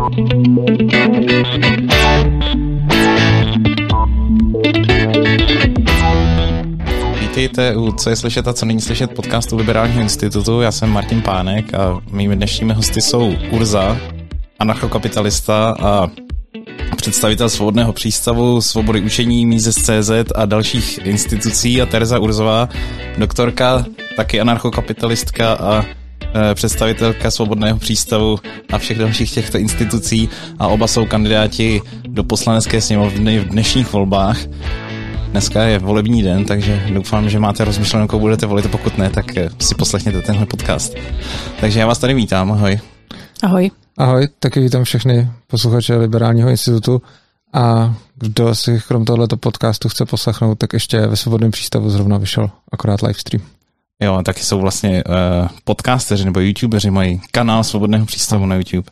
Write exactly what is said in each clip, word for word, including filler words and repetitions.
Vítejte u Co je slyšet a co není slyšet podcastu Liberálního institutu. Já jsem Martin Pánek a mými dnešními hosty jsou Urza, anarchokapitalista a představitel Svobodného přístavu, Svobody učení, Mises tečka cé zet a dalších institucí, a Tereza Urzová, doktorka, taky anarchokapitalistka a e, představitelka Svobodného přístavu a všech dalších těchto institucí, a oba jsou kandidáti do poslanecké sněmovny v dnešních volbách. Dneska je volební den, takže doufám, že máte rozmyšleno, koho budete volit, pokud ne, tak si poslechněte tenhle podcast. Takže já vás tady vítám, ahoj. Ahoj. Ahoj, taky vítám všechny posluchače Liberálního institutu, a kdo si krom tohoto podcastu chce poslechnout, tak ještě ve Svobodném přístavu zrovna vyšel akorát livestream. Jo, taky jsou vlastně uh, podcasteři nebo youtubeři, mají kanál Svobodného přístavu na YouTube.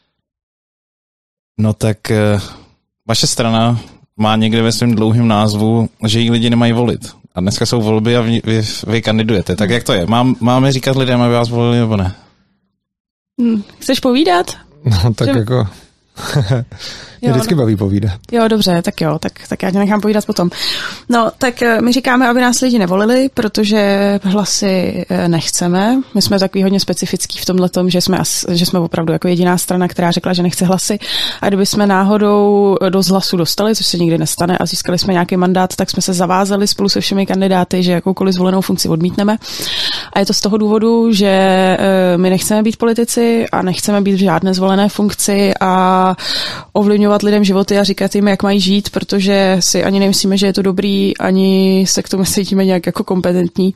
No tak uh, vaše strana má někde ve svém dlouhém názvu, že jí lidi nemají volit. A dneska jsou volby a vy, vy, vy kandidujete. Tak jak to je? Mám, máme říkat lidem, aby vás volili, nebo ne? Chceš povídat? No tak že... jako... Mě vždycky no. baví povídat. Jo, dobře, tak jo, tak, tak já tě nechám povídat potom. No, tak my říkáme, aby nás lidi nevolili, protože hlasy nechceme. My jsme takový hodně specifický v tomhletom, že jsme, že jsme opravdu jako jediná strana, která řekla, že nechce hlasy. A kdyby jsme náhodou dost hlasů dostali, což se nikdy nestane, a získali jsme nějaký mandát, tak jsme se zavázali spolu se všemi kandidáty, že jakoukoliv zvolenou funkci odmítneme. A je to z toho důvodu, že my nechceme být politici a nechceme být v žádné zvolené funkci a ovlivňovat lidem životy a říkat jim, jak mají žít, protože si ani nemyslíme, že je to dobrý, ani se k tomu cítíme nějak jako kompetentní.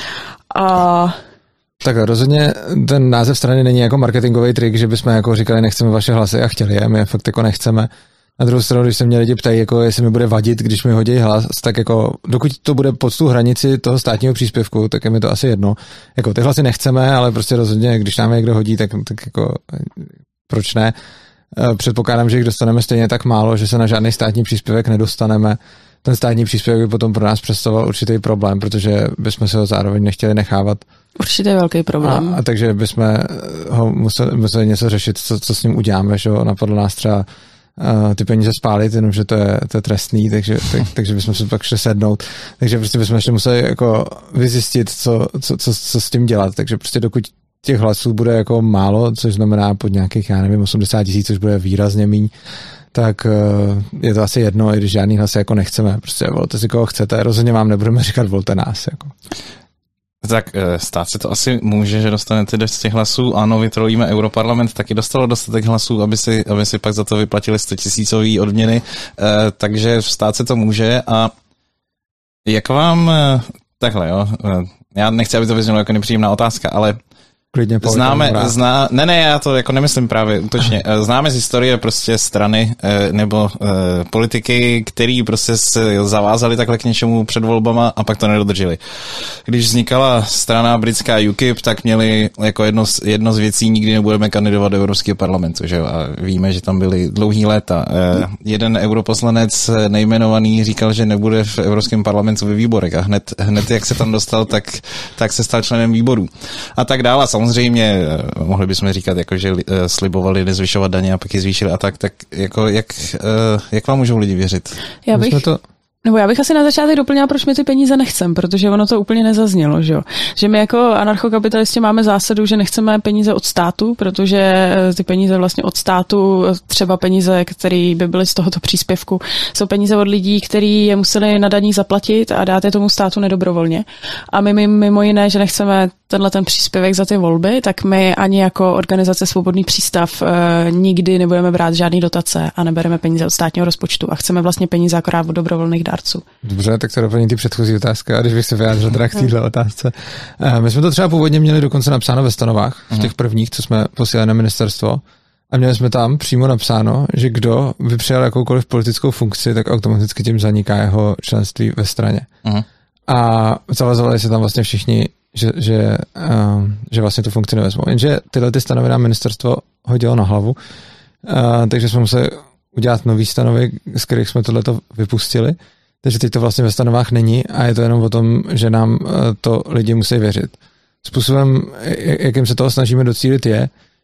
A... Tak rozhodně ten název strany není jako marketingový trik, že bychom jako říkali, nechceme vaše hlasy a chtěli je, my fakt jako nechceme. Na druhou stranu, když se mě lidi ptají, jako jestli mi bude vadit, když mi hodí hlas, tak jako dokud to bude pod tu hranici toho státního příspěvku, tak je mi to asi jedno. Jako ty hlasy nechceme, ale prostě rozhodně, když nám někdo hodí, tak, tak jako proč ne? Předpokládám, že jich dostaneme stejně tak málo, že se na žádný státní příspěvek nedostaneme. Ten státní příspěvek by potom pro nás představoval určitý problém, protože bychom si ho zároveň nechtěli nechávat. Určitě velký problém. A, a takže bychom ho museli, museli něco řešit, co, co s ním uděláme. Že ho napadlo nás třeba uh, ty peníze spálit, jenomže to je, to je trestný, takže, tak, takže bychom se pak šli sednout. Takže prostě bychom ještě museli jako vyzjistit, co, co, co, co s tím dělat. Takže prostě dokud těch hlasů bude jako málo, což znamená pod nějakých, já nevím, osmdesát tisíc, což bude výrazně míň, tak je to asi jedno, i když žádný hlasy jako nechceme. Prostě volte si, koho chcete, rozhodně vám nebudeme říkat, volte nás. Jako. Tak stát se to asi může, že dostanete dost těch hlasů. Ano, vytrolíme Europarlament, taky dostalo dostatek hlasů, aby si, aby si pak za to vyplatili sto tisícový odměny, takže stát se to může. A jak vám, takhle jo, já nechci, aby to vyznělo jako nepříjemná otázka, ale klidně známe, zná, ne, ne, já to jako nemyslím právě útočně. Známe z historie prostě strany nebo e, politiky, který prostě se zavázali takhle k něčemu před volbama a pak to nedodrželi. Když vznikala strana britská U K I P, tak měli jako jedno, jedno z věcí, nikdy nebudeme kandidovat do Evropského parlamentu, že jo? A víme, že tam byly dlouhý léta. E, jeden europoslanec nejmenovaný říkal, že nebude v Evropském parlamentu ve výborech, a hned, hned jak se tam dostal, tak, tak se stal členem výboru. A tak dále. Samozřejmě mohli bychom říkat, jako, že slibovali nezvyšovat daně a pak je zvýšili a tak, tak jako, jak, jak vám můžou lidi věřit? Já bych... to... Nebo já bych asi na začátek doplnila, proč my ty peníze nechcem, protože ono to úplně nezaznělo, že jo. Že my jako anarchokapitalisti máme zásadu, že nechceme peníze od státu, protože ty peníze vlastně od státu, třeba peníze, které by byly z tohoto příspěvku, jsou peníze od lidí, kteří je museli na daních zaplatit a dát je tomu státu nedobrovolně. A my mimo jiné, že nechceme tenhle ten příspěvek za ty volby, tak my ani jako organizace Svobodný přístav e, nikdy nebudeme brát žádný dotace a nebereme peníze od státního rozpočtu a chceme vlastně peníze akorát od dobrovolných dárců. Dobře, tak to doplní ty předchozí otázky, a když bych se vyjádřil teda k téhle otázce. E, my jsme to třeba původně měli dokonce napsáno ve stanovách, v těch prvních, co jsme posílali na ministerstvo, a měli jsme tam přímo napsáno, že kdo by přijal jakoukoliv politickou funkci, tak automaticky tím zaniká jeho členství ve straně. Uh-huh. A zavazovali se tam vlastně všichni, že, že, um, že vlastně tu funkci nevezmou. Jenže tyhle ty stanovy nám ministerstvo hodilo na hlavu, uh, takže jsme museli udělat nový stanovy, z kterých jsme tohleto vypustili. Takže teď to vlastně ve stanovách není a je to jenom o tom, že nám uh, to lidi musí věřit. Způsobem, jakým se toho snažíme docílit, je,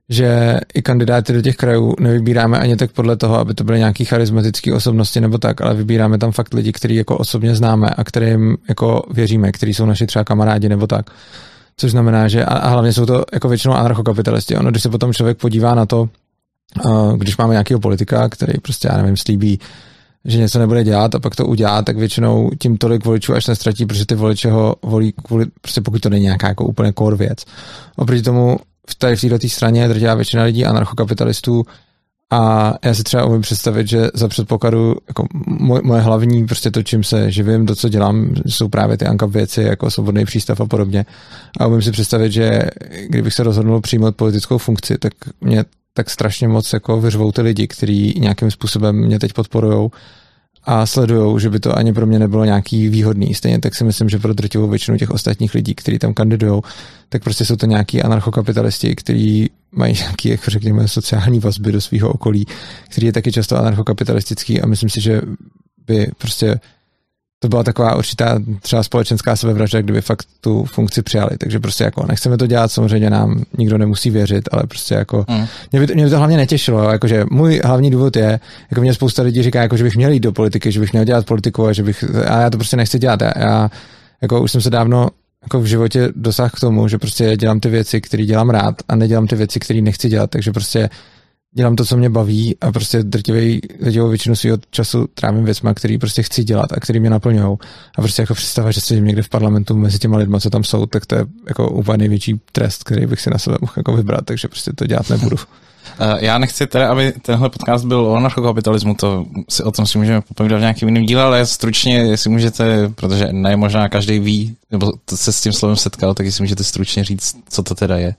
že i kandidáty do těch krajů nevybíráme ani tak podle toho, aby to byly nějaký charismatický osobnosti nebo tak, ale vybíráme tam fakt lidi, který jako osobně známe a kterým jako věříme, kteří jsou naši třeba kamarádi nebo tak. Což znamená, že a hlavně jsou to jako většinou anarchokapitalisti. Ono, když se potom člověk podívá na to, když máme nějakého politika, který prostě, já nevím, slíbí, že něco nebude dělat a pak to udělá, tak většinou tím tolik voličů až nestratí, protože ty voliče ho volí kvůli, prostě pokud to není nějaká jako úplně core věc. Oproti tomu v tady v této straně je drtivá většina lidí anarchokapitalistů a já si třeba umím představit, že za předpokladu jako moje, moje hlavní prostě to, čím se živím, to, co dělám, jsou právě ty ANCAP věci, jako svobodný přístav a podobně. A umím si představit, že kdybych se rozhodnul přijmout politickou funkci, tak mě tak strašně moc jako vyřvou ty lidi, kteří nějakým způsobem mě teď podporujou a sledujou, že by to ani pro mě nebylo nějaký výhodný. Stejně tak si myslím, že pro drtivou většinu těch ostatních lidí, kteří tam kandidujou, tak prostě jsou to nějaký anarchokapitalisti, kteří mají nějaké, jako řekněme, sociální vazby do svého okolí, který je taky často anarchokapitalistický a myslím si, že by prostě to byla taková určitá třeba společenská sebevražda, kdyby fakt tu funkci přijali. Takže prostě jako nechceme to dělat, samozřejmě nám nikdo nemusí věřit, ale prostě jako mm. mě, by to, mě by to hlavně netěšilo, jakože můj hlavní důvod je, jako mě spousta lidí říká, jako, že bych měl jít do politiky, že bych měl dělat politiku a že bych, a já to prostě nechci dělat. Já, já jako už jsem se dávno jako v životě dosáhl k tomu, že prostě dělám ty věci, které dělám rád a nedělám ty věci, které nechci dělat, takže prostě dělám to, co mě baví a prostě drtivou většinu svého času trávím věcma, který prostě chci dělat a který mě naplňují. A prostě jako představa, že sedím někde v parlamentu mezi těma lidma, co tam jsou, tak to je jako úplně největší trest, který bych si na sebe mohl jako vybrat, takže prostě to dělat nebudu. Já nechci teda, aby tenhle podcast byl o anarchokapitalismu, to si, o tom si můžeme popovídat v nějakém jiném díle, ale stručně, jestli můžete, protože ne možná každý ví, nebo se s tím slovem setkal, tak jestli můžete stručně říct, co to teda je.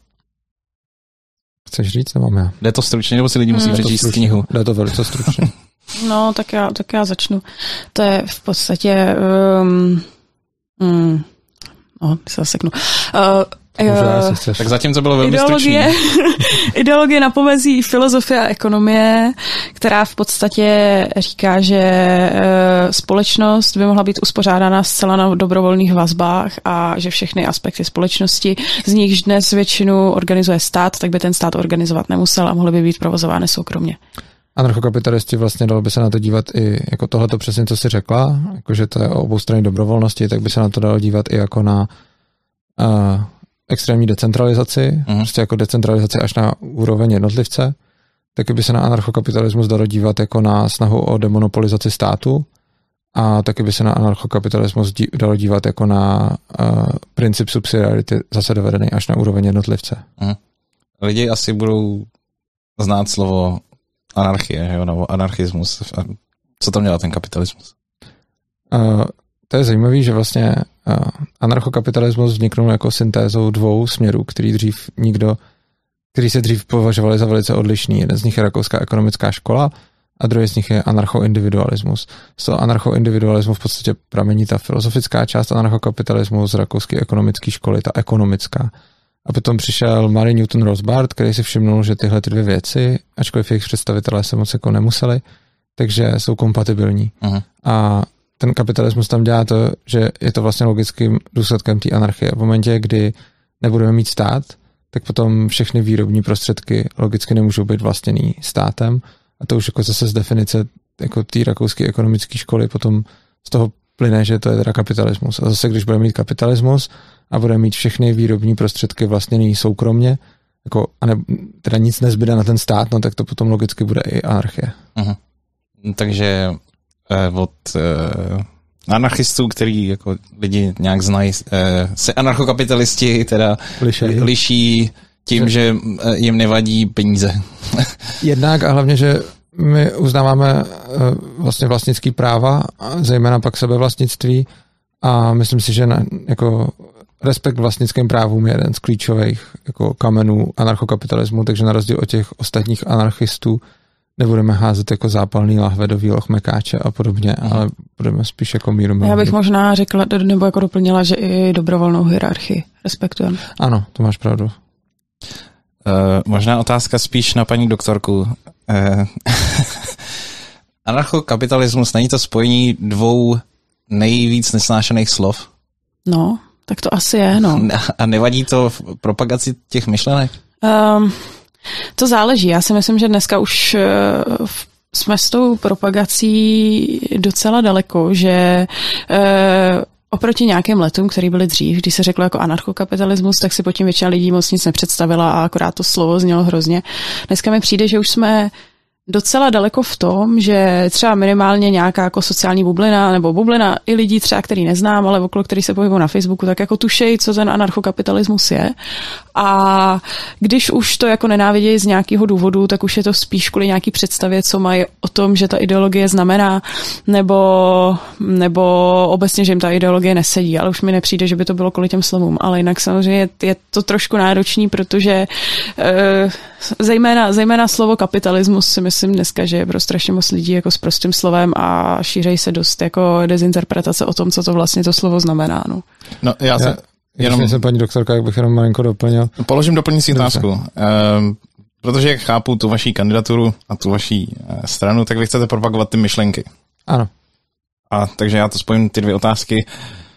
Chceš říct, nebo mám já? Jde to stručně, nebo si lidi musí hmm. přečíst knihu? Jde to velice stručně. No, tak já, tak já začnu. To je v podstatě... Um, um, no, se zaseknu. Uh, Uh, tak zatím to bylo velmi ideologie, ideologie na pomezí filozofie a ekonomie, která v podstatě říká, že uh, společnost by mohla být uspořádána zcela na dobrovolných vazbách a že všechny aspekty společnosti, z nichž dnes většinu organizuje stát, tak by ten stát organizovat nemusel a mohly by být provozovány soukromně. Anarchokapitalisti vlastně dalo by se na to dívat i jako tohleto přesně, co jsi řekla, jakože to je o obou straně dobrovolnosti, tak by se na to dalo dívat i jako na uh, extrémní decentralizaci, mm. prostě jako decentralizaci až na úroveň jednotlivce, taky by se na anarchokapitalismus dalo dívat jako na snahu o demonopolizaci státu a taky by se na anarchokapitalismus dí, dalo dívat jako na uh, princip subsidiarity zase dovedený až na úroveň jednotlivce. Mm. Lidi asi budou znát slovo anarchie, jo, nebo anarchismus. Co tam dělá ten kapitalismus? Uh, to je zajímavé, že vlastně uh, anarchokapitalismus vzniknul jako syntézou dvou směrů, který dřív nikdo, který se dřív považovali za velice odlišný. Jeden z nich je rakouská ekonomická škola a druhý z nich je anarchoindividualismus. Z toho anarchoindividualismu v podstatě pramení ta filozofická část anarchokapitalismu, z rakouské ekonomické školy, ta ekonomická. A potom přišel Murray Newton Rothbard, který si všimnul, že tyhle ty dvě věci, ačkoliv jejich představitelé se moc jako nemuseli, takže jsou kompatibilní. Uh-huh. A ten kapitalismus tam dělá to, že je to vlastně logickým důsledkem té anarchie. V momentě, kdy nebudeme mít stát, tak potom všechny výrobní prostředky logicky nemůžou být vlastněný státem. A to už jako zase z definice jako té rakouské ekonomické školy potom z toho plyne, že to je teda kapitalismus. A zase, když budeme mít kapitalismus a budeme mít všechny výrobní prostředky vlastněný soukromně, jako, a ne, teda nic nezbyde na ten stát, no tak to potom logicky bude i anarchie. Uh-huh. Takže eh, od eh, anarchistů, který jako lidi nějak znají, eh, se anarchokapitalisti teda liší, liší tím, že jim nevadí peníze. Jednak a hlavně, že my uznáváme vlastně vlastnický práva, zejména pak sebevlastnictví a myslím si, že na, jako respekt vlastnickým právům je jeden z klíčových jako kamenů anarchokapitalismu, takže na rozdíl od těch ostatních anarchistů nebudeme házet jako zápalný lahve do výloh mekáče a podobně, mm. ale budeme spíš jako míru. Já bych možná řekla, nebo jako doplnila, že i dobrovolnou hierarchii respektujeme. Ano, to máš pravdu. Uh, možná otázka spíš na paní doktorku. Uh, anarchokapitalismus, není to spojení dvou nejvíc nesnášených slov? No, tak to asi je, no. A nevadí to v propagaci těch myšlenek? Um, To záleží. Já si myslím, že dneska už jsme s tou propagací docela daleko, že oproti nějakým letům, který byly dřív, když se řeklo jako anarchokapitalismus, tak si pod tím většina lidí moc nic nepředstavila a akorát to slovo znělo hrozně. Dneska mi přijde, že už jsme docela daleko v tom, že třeba minimálně nějaká jako sociální bublina, nebo bublina i lidí třeba, který neznám, ale okolo který se pohybují na Facebooku, tak jako tušejí, co ten anarchokapitalismus je. A když už to jako nenávidějí z nějakého důvodu, tak už je to spíš kvůli nějaký představě, co mají o tom, že ta ideologie znamená, nebo, nebo obecně, že jim ta ideologie nesedí, ale už mi nepřijde, že by to bylo kvůli těm slovům. Ale jinak samozřejmě je to trošku náročný, protože e, zejména, zejména slovo kapitalismus si myslím dneska, že je pro strašně moc lidí jako s prostým slovem a šířejí se dost jako dezinterpretace o tom, co to vlastně to slovo znamená. No, no já se... Jenom jsem paní doktorka, jak bych jenom malinko doplnil. Položím doplňující otázku. Um, protože jak chápu tu vaší kandidaturu a tu vaší uh, stranu, tak vy chcete propagovat ty myšlenky. Ano. A takže já to spojím ty dvě otázky.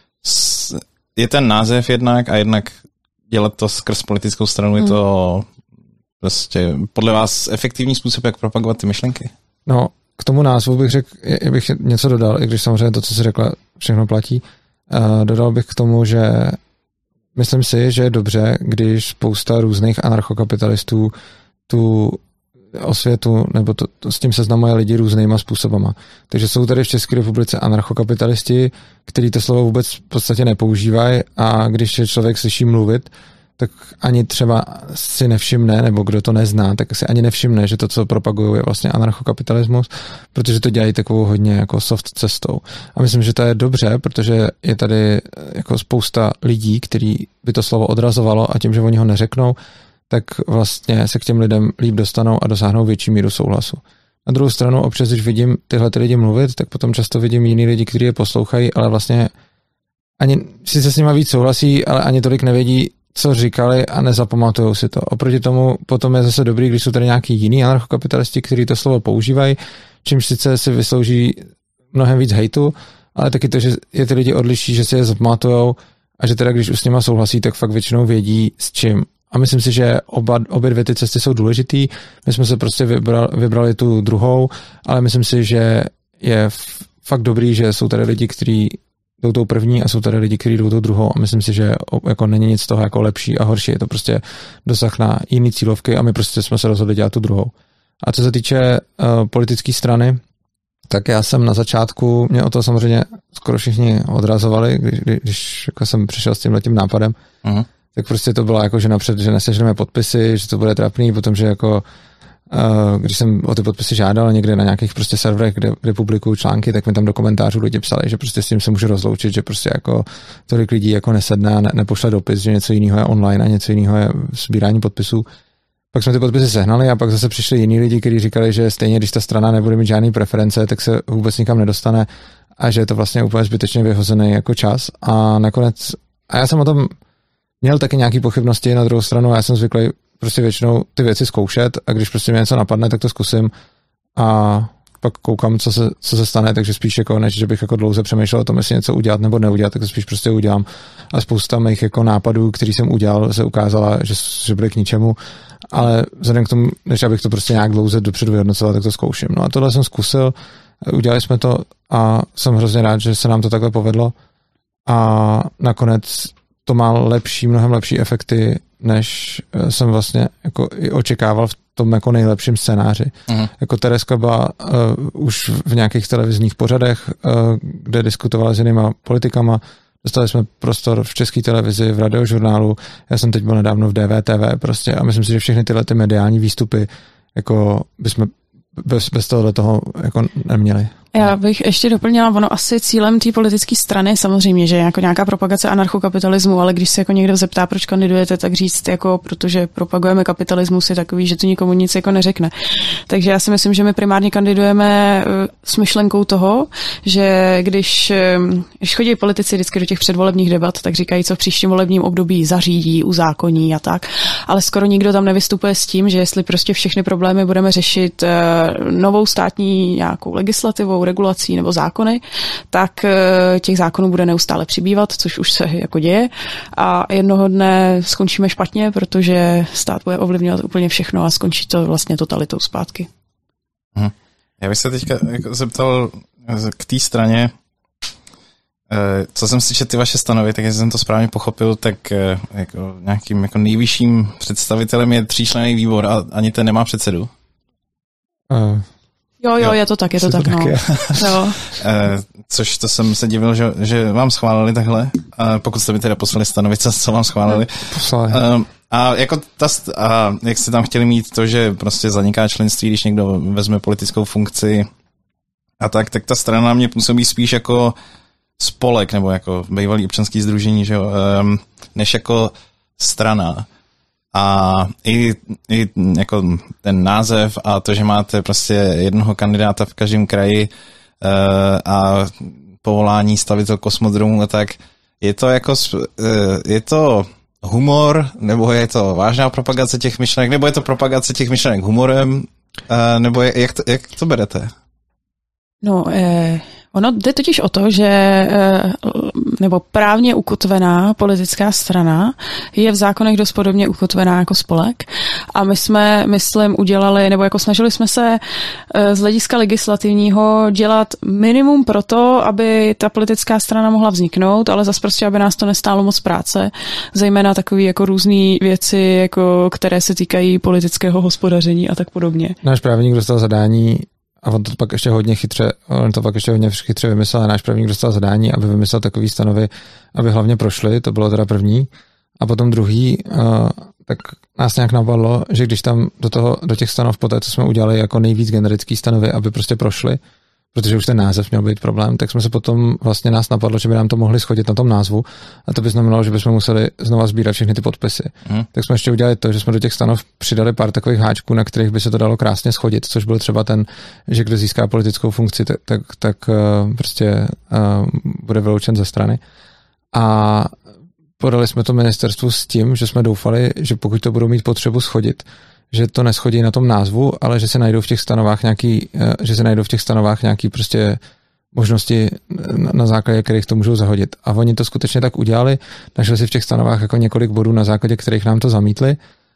S, je ten název jednak a jednak dělat to skrz politickou stranu, hmm. je to prostě podle vás efektivní způsob, jak propagovat ty myšlenky? No, k tomu názvu bych řekl, bych něco dodal, i když samozřejmě to, co jsi řekla, všechno platí. Uh, dodal bych k tomu, že myslím si, že je dobře, když spousta různých anarchokapitalistů tu osvětu, nebo to, to s tím seznamuje lidi různýma způsobama. Takže jsou tady v České republice anarchokapitalisti, kteří to slovo vůbec v podstatě nepoužívají a když je člověk slyší mluvit, tak ani třeba si nevšimne, nebo kdo to nezná, tak si ani nevšimne, že to, co propagují, je vlastně anarchokapitalismus, protože to dělají takovou hodně jako soft cestou. A myslím, že to je dobře, protože je tady jako spousta lidí, který by to slovo odrazovalo a tím, že oni ho neřeknou, tak vlastně se k těm lidem líp dostanou a dosáhnou větší míru souhlasu. Na druhou stranu, občas, když vidím tyhle ty lidi mluvit, tak potom často vidím jiný lidi, kteří je poslouchají, ale vlastně ani si se s nima víc souhlasí, ale ani tolik nevědí, co říkali a nezapamatujou si to. Oproti tomu potom je zase dobrý, když jsou tady nějaký jiný anarchokapitalisti, kteří to slovo používají, čímž sice si vyslouží mnohem víc hejtu, ale taky to, že je ty lidi odliší, že si je zapamatujou a že teda když už s nima souhlasí, tak fakt většinou vědí s čím. A myslím si, že oba, obě dvě ty cesty jsou důležitý. My jsme se prostě vybrali, vybrali tu druhou, ale myslím si, že je fakt dobrý, že jsou tady lidi, kteří jdou tou první a jsou tady lidi, kteří jdou tou druhou a myslím si, že jako není nic z toho jako lepší a horší. Je to prostě dosah na jiný cílovky a my prostě jsme se rozhodli dělat tu druhou. A co se týče uh, politické strany, tak já jsem na začátku, mě o to samozřejmě skoro všichni odrazovali, když, když jako jsem přišel s tímhletím nápadem, uh-huh. tak prostě to bylo jako, že napřed, že nesežneme podpisy, že to bude trapný, potom, že jako Uh, když jsem o ty podpisy žádal někde na nějakých prostě serverech, kde, kde publikuju články, tak mi tam do komentářů lidi psali, že prostě s tím se můžu rozloučit, že prostě jako tolik lidí jako nesedne a ne, nepošle dopis, že něco jiného je online a něco jiného je sbírání podpisů. Pak jsme ty podpisy sehnali a pak zase přišli jiní lidi, kteří říkali, že stejně, když ta strana nebude mít žádný preference, tak se vůbec nikam nedostane a že je to vlastně úplně zbytečně vyhozený jako čas. A nakonec, a já jsem o tom měl taky nějaký pochybnosti, na druhou stranu já jsem zvyklý prostě většinou ty věci zkoušet a když prostě mě něco napadne, tak to zkusím a pak koukám, co se, co se stane, takže spíš jako než, že bych jako dlouze přemýšlel o tom, jestli něco udělat nebo neudělat, tak to spíš prostě udělám. A spousta mých jako nápadů, který jsem udělal, se ukázala, že, že byly k ničemu, ale vzhledem k tomu, než abych to prostě nějak dlouze dopředu vyhodnocoval, tak to zkouším. No a tohle jsem zkusil, udělali jsme to a jsem hrozně rád, že se nám to takhle povedlo a nakonec to má lepší, mnohem lepší efekty, než jsem vlastně jako i očekával v tom jako nejlepším scénáři. Uh-huh. Jako Tereska byla uh, už v nějakých televizních pořadech, uh, kde diskutovala s jinýma politikama. Dostali jsme prostor v České televizi, v radiožurnálu. Já jsem teď byl nedávno v D V T V prostě a myslím si, že všechny tyhle ty mediální výstupy jako bychom bez, bez tohohle toho jako neměli. Já bych ještě doplnila, ono asi cílem té politické strany samozřejmě, že je jako nějaká propagace anarchokapitalismu, ale když se jako někdo zeptá, proč kandidujete, tak říct jako, protože propagujeme kapitalismus, je takový, že to nikomu nic jako neřekne. Takže já si myslím, že my primárně kandidujeme s myšlenkou toho, že když, když chodí politici vždycky do těch předvolebních debat, tak říkají, co v příštím volebním období zařídí, uzákoní a tak, ale skoro nikdo tam nevystupuje s tím, že jestli prostě všechny problémy budeme řešit novou státní nějakou legislativou, nějakou regulací nebo zákony, tak těch zákonů bude neustále přibývat, což už se jako děje a jednoho dne skončíme špatně, protože stát bude ovlivňovat úplně všechno a skončí to vlastně totalitou zpátky. Mhm. Já bych se teďka jako zeptal k té straně, co jsem si četl ty vaše stanovy, tak jestli jsem to správně pochopil, tak jako nějakým jako nejvyšším představitelem je tříčlenný výbor a ani ten nemá předsedu. Uh, jo, jo, je to tak, je to tak, to no. Jo. Což to jsem se divil, že, že vám schválili takhle, pokud jste mi teda poslali stanovy, co, co vám schválili. Poslali. A jako ta, a jak jste tam chtěli mít to, že prostě zaniká členství, když někdo vezme politickou funkci a tak, tak ta strana mě působí spíš jako spolek, nebo jako bývalý občanský sdružení, že jo, um, než jako strana. A i, i jako ten název a to, že máte prostě jednoho kandidáta v každém kraji uh, a povolání stavitel kosmodromu a tak, je to jako, uh, je to humor, nebo je to vážná propagace těch myšlenek, nebo je to propagace těch myšlenek humorem, uh, nebo je, jak, to, jak to berete? No, eh, ono jde totiž o to, že eh, nebo právně ukotvená politická strana je v zákonech dost podobně ukotvená jako spolek a my jsme, myslím, udělali, nebo jako snažili jsme se eh, z hlediska legislativního dělat minimum pro to, aby ta politická strana mohla vzniknout, ale zase prostě, aby nás to nestálo moc práce, zejména takové jako různé věci, jako, které se týkají politického hospodaření a tak podobně. Náš právník dostal zadání a on to pak ještě hodně chytře, on to pak ještě hodně chytře vymyslel, náš právník dostal zadání, aby vymyslel takový stanovy, aby hlavně prošly, to bylo teda první. A potom druhý, uh, tak nás nějak napadlo, že když tam do toho, do těch stanov poté, co jsme udělali jako nejvíc generický stanovy, aby prostě prošly, protože už ten název měl být problém, tak jsme se potom vlastně nás napadlo, že by nám to mohli shodit na tom názvu a to by znamenalo, že bychom museli znova sbírat všechny ty podpisy. Hmm. Tak jsme ještě udělali to, že jsme do těch stanov přidali pár takových háčků, na kterých by se to dalo krásně shodit, což byl třeba ten, že kdo získá politickou funkci, tak, tak, tak uh, prostě uh, bude vyloučen ze strany. A podali jsme to ministerstvu s tím, že jsme doufali, že pokud to budou mít potřebu shodit, že to neschodí na tom názvu, ale že se najdou v těch stanovách nějaký, že se najdou v těch stanovách nějaký prostě možnosti, na základě kterých to můžou zahodit. A oni to skutečně tak udělali, našli si v těch stanovách jako několik bodů, na základě kterých nám to zamítli,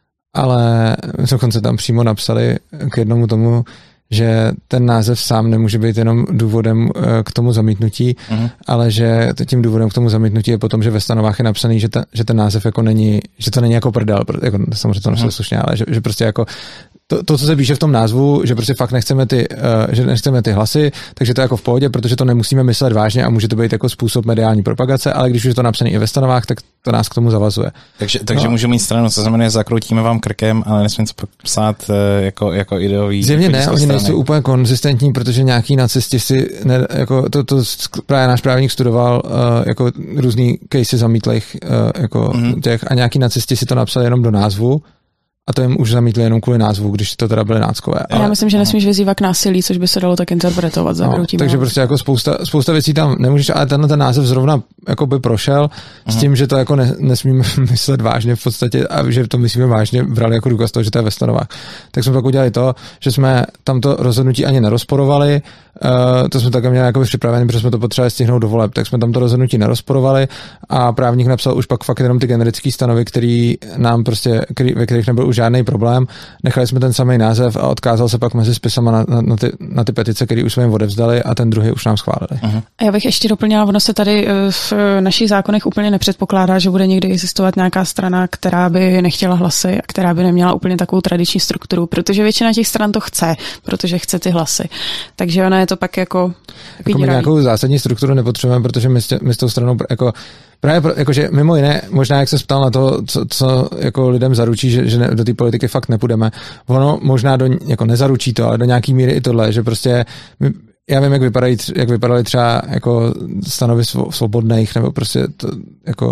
ale dokonce tam přímo napsali k jednomu tomu, že ten název sám nemůže být jenom důvodem k tomu zamítnutí, uh-huh. ale že tím důvodem k tomu zamítnutí je potom, že ve stanovách je napsaný, že, ta, že ten název jako není, že to není jako prdel, jako, samozřejmě to uh-huh. slušně, ale že, že prostě jako to, to, co se píše v tom názvu, že prostě fakt nechceme ty, uh, že nechceme ty hlasy, takže to je jako v pohodě, protože to nemusíme myslet vážně a může to být jako způsob mediální propagace, ale když už je to napsané i ve stanovách, tak to nás k tomu zavazuje. Takže, takže no. můžu mít stranu, co znamená, zakroutíme vám krkem, ale nesmím to psát uh, jako, jako ideový. Zjevně ne, oni nejsou úplně konzistentní, protože nějaký nacisti si, ne, jako to, to právě náš právník studoval uh, jako různý casey zamítlých uh, jako mm-hmm. těch a nějaký nacisti si to napsali jenom do názvu. A to jim už zamítli jenom kvůli názvu, když to teda byly náckové. Ale... Já myslím, že nesmíš vyzývat k násilí, což by se dalo tak interpretovat. No, takže prostě jako spousta, spousta věcí tam nemůžeš, ale tenhle ten název zrovna jako by prošel uh-huh. s tím, že to jako ne, nesmíme myslet vážně v podstatě a že to myslíme vážně, brali jako důkaz toho, že to je ve stanovách. Tak jsme pak udělali to, že jsme tamto rozhodnutí ani nerozporovali, uh, to jsme také měli jako připravené, protože jsme to potřebovali stihnout do voleb, tak jsme tam to rozhodnutí nerozporovali a právník napsal už pak fakt jenom ty generické stanovy, který nám prostě, který, ve kterých nebyl žádný problém. Nechali jsme ten samý název a odkázal se pak mezi spisama na, na, na, ty, na ty petice, které už jsme jim odevzdali a ten druhý už nám schválili. Uh-huh. Já bych ještě doplnila, ono se tady v našich zákonech úplně nepředpokládá, že bude někdy existovat nějaká strana, která by nechtěla hlasy a která by neměla úplně takovou tradiční strukturu, protože většina těch stran to chce, protože chce ty hlasy. Takže ona je to pak jako... Jako my nějakou zásadní strukturu nepotřebujeme, protože my, my s tou stranou jako právě pro, jakože mimo jiné, možná jak se ptal na to, co, co jako lidem zaručí, že, že ne, do té politiky fakt nepůjdeme. Ono možná do, jako nezaručí to, ale do nějaký míry i tohle, že prostě my, já vím, jak vypadají, jak vypadaly třeba jako stanovy svobodných, nebo prostě to, jako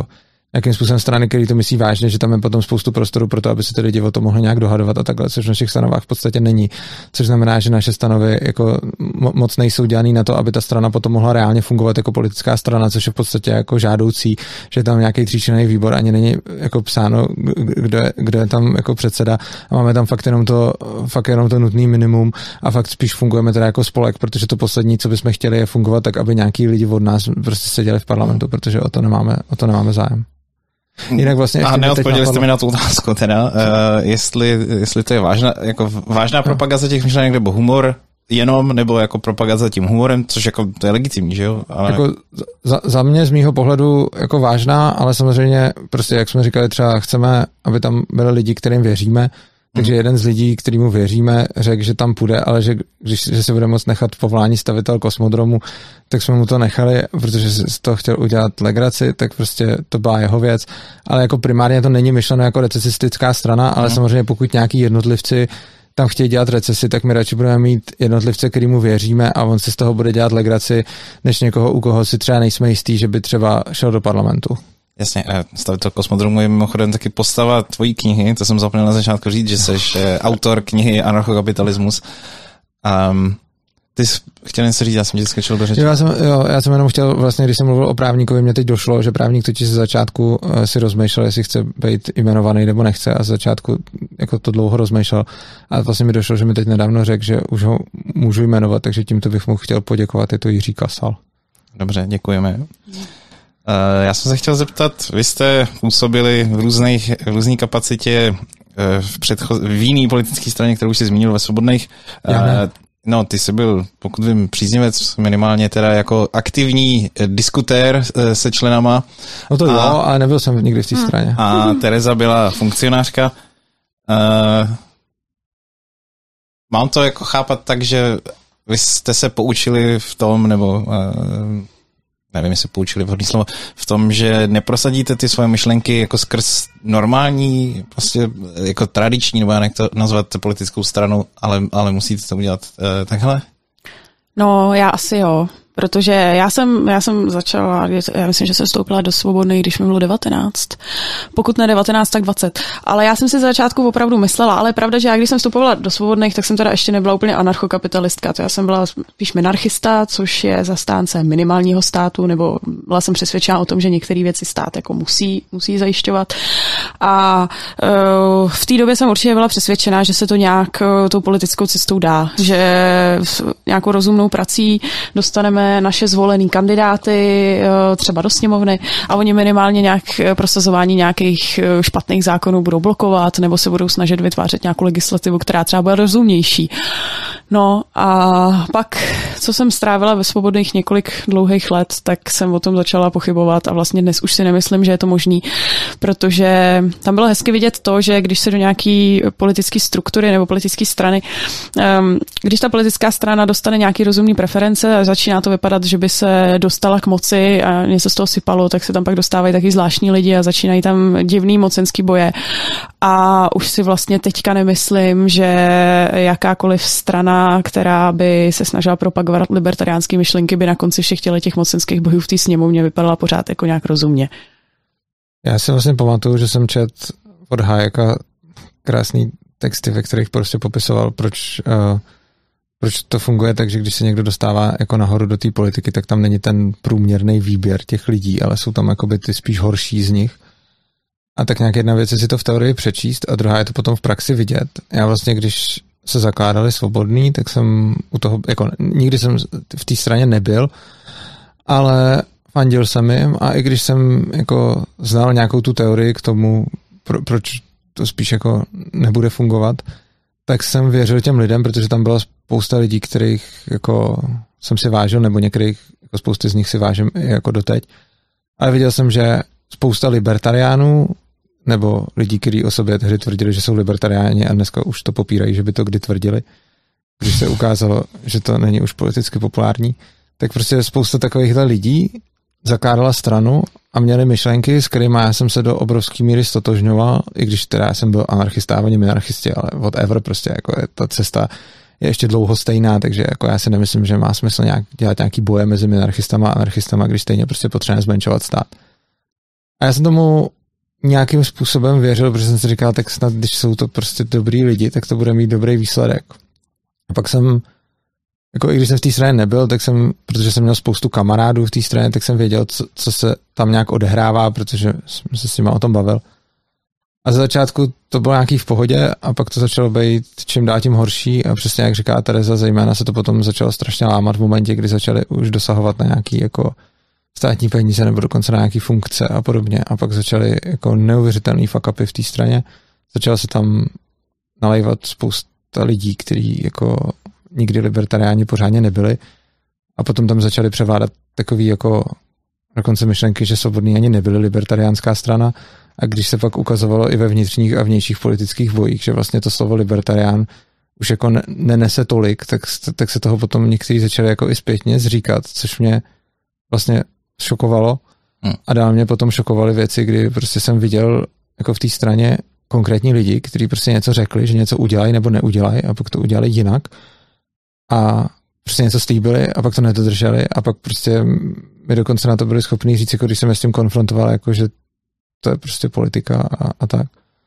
jakým způsobem strany, který to myslí vážně, že tam je potom spoustu prostoru pro to, aby se ty lidi o to mohli nějak dohadovat a takhle, což v našich stanovách v podstatě není. Což znamená, že naše stanovy jako moc nejsou dělaný na to, aby ta strana potom mohla reálně fungovat jako politická strana, což je v podstatě jako žádoucí, že tam nějaký tříčlenný výbor ani není jako psáno, kdo je, kdo je tam jako předseda a máme tam fakt jenom to, fakt jenom to nutný minimum a fakt spíš fungujeme teda jako spolek, protože to poslední, co bychom chtěli, je fungovat tak, aby nějaký lidi od nás prostě seděli v parlamentu, protože o to nemáme, o to nemáme zájem. Jinak vlastně a neodpověděli jste mi na tu otázku teda, uh, jestli, jestli to je vážná, jako vážná no. propagace těch myšlenek, nebo humor jenom, nebo jako propagace tím humorem, což jako to je legitimní, že jo? Ale... Jako za, za mě z mýho pohledu jako vážná, ale samozřejmě prostě, jak jsme říkali, třeba chceme, aby tam byli lidi, kterým věříme, takže jeden z lidí, kterýmu věříme, řekl, že tam půjde, ale že když že se bude moct nechat povolání stavitel kosmodromu, tak jsme mu to nechali, protože z toho chtěl udělat legraci, tak prostě to byla jeho věc. Ale jako primárně to není myšleno jako recesistická strana, ale mm. samozřejmě pokud nějaký jednotlivci tam chtějí dělat recesi, tak my radši budeme mít jednotlivce, kterýmu věříme a on si z toho bude dělat legraci, než někoho, u koho si třeba nejsme jistý, že by třeba šel do parlamentu. Jasně, stavitel kosmodromu je mimochodem taky postava tvojí knihy, to jsem zapomněl na začátku říct, že jsi autor knihy Anarchokapitalismus. Um, ty jsi chtěl něco říct, já jsem ti skočil do řeči. Jo, já jsem, jo, já jsem jenom chtěl, vlastně, když jsem mluvil o právníkovi, mě teď došlo, že právník totiž ze začátku uh, si rozmýšlel, jestli chce být jmenovaný nebo nechce a z začátku jako to dlouho rozmýšlel a vlastně mi došlo, že mi teď nedávno řekl, že už ho můžu jmenovat, takže tímto bych mu chtěl poděkovat, je to Jiří Kasal. Dobře, děkujeme. Uh, já jsem se chtěl zeptat, vy jste působili v různých, v různý kapacitě uh, v, předcho- v jiný politické straně, kterou už jsi zmínil, ve Svobodných. Uh, no, ty jsi byl, pokud vím, příznivec, minimálně teda jako aktivní diskutér uh, se členama. No to a, jo, ale nebyl jsem nikdy v té straně. A Tereza byla funkcionářka. Uh, mám to jako chápat tak, že vy jste se poučili v tom, nebo... Uh, nevím, jestli poučili vhodný slovo, v tom, že neprosadíte ty svoje myšlenky jako skrz normální, prostě jako tradiční, nebo jak to nazvat, politickou stranu, ale, ale musíte to udělat uh, takhle? No, já asi jo, protože já jsem, já jsem začala, já myslím, že jsem vstoupila do Svobodných, když mi bylo devatenáct. Pokud ne devatenáct, tak dvacet. Ale já jsem si z začátku opravdu myslela, ale je pravda, že já když jsem vstupovala do Svobodných, tak jsem teda ještě nebyla úplně anarchokapitalistka. To já jsem byla spíš minarchista, což je zastánce minimálního státu, nebo byla jsem přesvědčena o tom, že některé věci stát jako musí, musí zajišťovat. A uh, v té době jsem určitě byla přesvědčená, že se to nějak uh, tou politickou cestou dá, že nějakou rozumnou prací dostaneme naše zvolený kandidáty třeba do sněmovny a oni minimálně nějak prosazování nějakých špatných zákonů budou blokovat nebo se budou snažit vytvářet nějakou legislativu, která třeba bude rozumnější. No a pak, co jsem strávila ve Svobodných několik dlouhých let, tak jsem o tom začala pochybovat a vlastně dnes už si nemyslím, že je to možný, protože tam bylo hezky vidět to, že když se do nějaký politické struktury nebo politické strany, když ta politická strana dostane nějaký rozumný preference a začíná to vypadat, že by se dostala k moci a něco z toho sypalo, tak se tam pak dostávají taky zvláštní lidi a začínají tam divný mocenský boje. A už si vlastně teďka nemyslím, že jakákoliv strana, která by se snažila propagovat libertariánské myšlenky, by na konci všech těch mocenských bojů v té sněmovně vypadala pořád jako nějak rozumně. Já si vlastně pamatuju, že jsem čet od Hayeka krásný texty, ve kterých prostě popisoval, proč uh, proč to funguje tak, že když se někdo dostává jako nahoru do té politiky, tak tam není ten průměrný výběr těch lidí, ale jsou tam jakoby ty spíš horší z nich. A tak nějak jedna věc je si to v teorii přečíst a druhá je to potom v praxi vidět. Já vlastně, když se zakládali Svobodný, tak jsem u toho, jako nikdy jsem v té straně nebyl, ale fandil jsem jim a i když jsem jako znal nějakou tu teorii k tomu, pro, proč to spíš jako nebude fungovat, tak jsem věřil těm lidem, protože tam byla spousta lidí, kterých jako jsem si vážil, nebo některých, jako spousty z nich si vážím jako doteď. Ale viděl jsem, že spousta libertariánů, nebo lidí, kteří o sobě tehdy tvrdili, že jsou libertariáni a dneska už to popírají, že by to kdy tvrdili, když se ukázalo, že to není už politicky populární, tak prostě spousta takovýchhle lidí zakládala stranu a měli myšlenky, s kterými já jsem se do obrovský míry stotožňoval, i když teda já jsem byl anarchista a oni minarchisti, ale whatever, prostě jako je, ta cesta je ještě dlouho stejná, takže jako já si nemyslím, že má smysl nějak dělat nějaký boje mezi minarchistama a anarchistama, když stejně prostě potřebujeme zmenšovat stát. A já jsem tomu nějakým způsobem věřil, protože jsem si říkal, tak snad, když jsou to prostě dobrý lidi, tak to bude mít dobrý výsledek. A pak jsem, jako i když jsem v té straně nebyl, tak jsem, protože jsem měl spoustu kamarádů v té straně, tak jsem věděl, co, co se tam nějak odehrává, protože jsem se s nimi o tom bavil. A za začátku to bylo nějaký v pohodě a pak to začalo být čím dál tím horší a přesně jak říká Tereza, zejména se to potom začalo strašně lámat v momentě, kdy začali už dosahovat na nějaký jako státní peníze nebo dokonce na nějaký funkce a podobně a pak začaly jako neuvěřitelný fuck upy v té straně. Začalo se tam nalejvat spousta lidí, kteří jako nikdy libertariáni pořádně nebyli a potom tam začaly převládat takový jako dokonce myšlenky, že svobodní ani nebyly libertariánská strana. A když se pak ukazovalo i ve vnitřních a vnějších politických bojích, že vlastně to slovo libertarián už jako ne, nenese tolik, tak, tak se toho potom někteří začali jako i zpětně zříkat, což mě vlastně šokovalo. Hmm. A dál mě potom šokovaly věci, kdy prostě jsem viděl jako v té straně konkrétní lidi, kteří prostě něco řekli, že něco udělají nebo neudělají a pak to udělali jinak. A prostě něco slíbili a pak to nedodrželi a pak prostě mi dokonce na to byli schopni říct, jako když jsem s tím konfrontoval, jako že to je prostě politika a, a tak.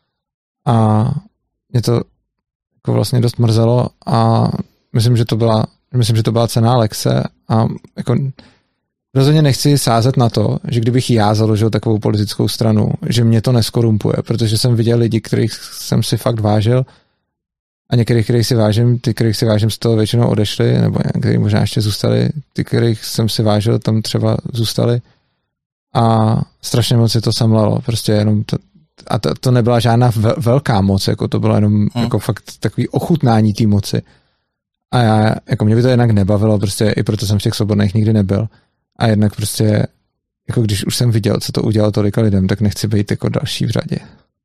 A mě to jako vlastně dost mrzelo a myslím, že to byla, myslím, že to byla cenná lekce a jako rozhodně nechci sázet na to, že kdybych já založil takovou politickou stranu, že mě to neskorumpuje, protože jsem viděl lidi, kterých jsem si fakt vážil a některých, kterých si vážím, ty, kterých si vážím, z toho většinou odešli, nebo některých možná ještě zůstali, ty, kterých jsem si vážil, tam třeba zůstali. A strašně moc je to samlalo, prostě jenom to, a to, to nebyla žádná velká moc, jako to bylo jenom hmm. jako fakt takový ochutnání té moci. A já, jako mě by to jednak nebavilo, prostě i proto jsem v těch svobodných nikdy nebyl. A jednak prostě, jako když už jsem viděl, co to udělalo tolika lidem, tak nechci být jako další v řadě.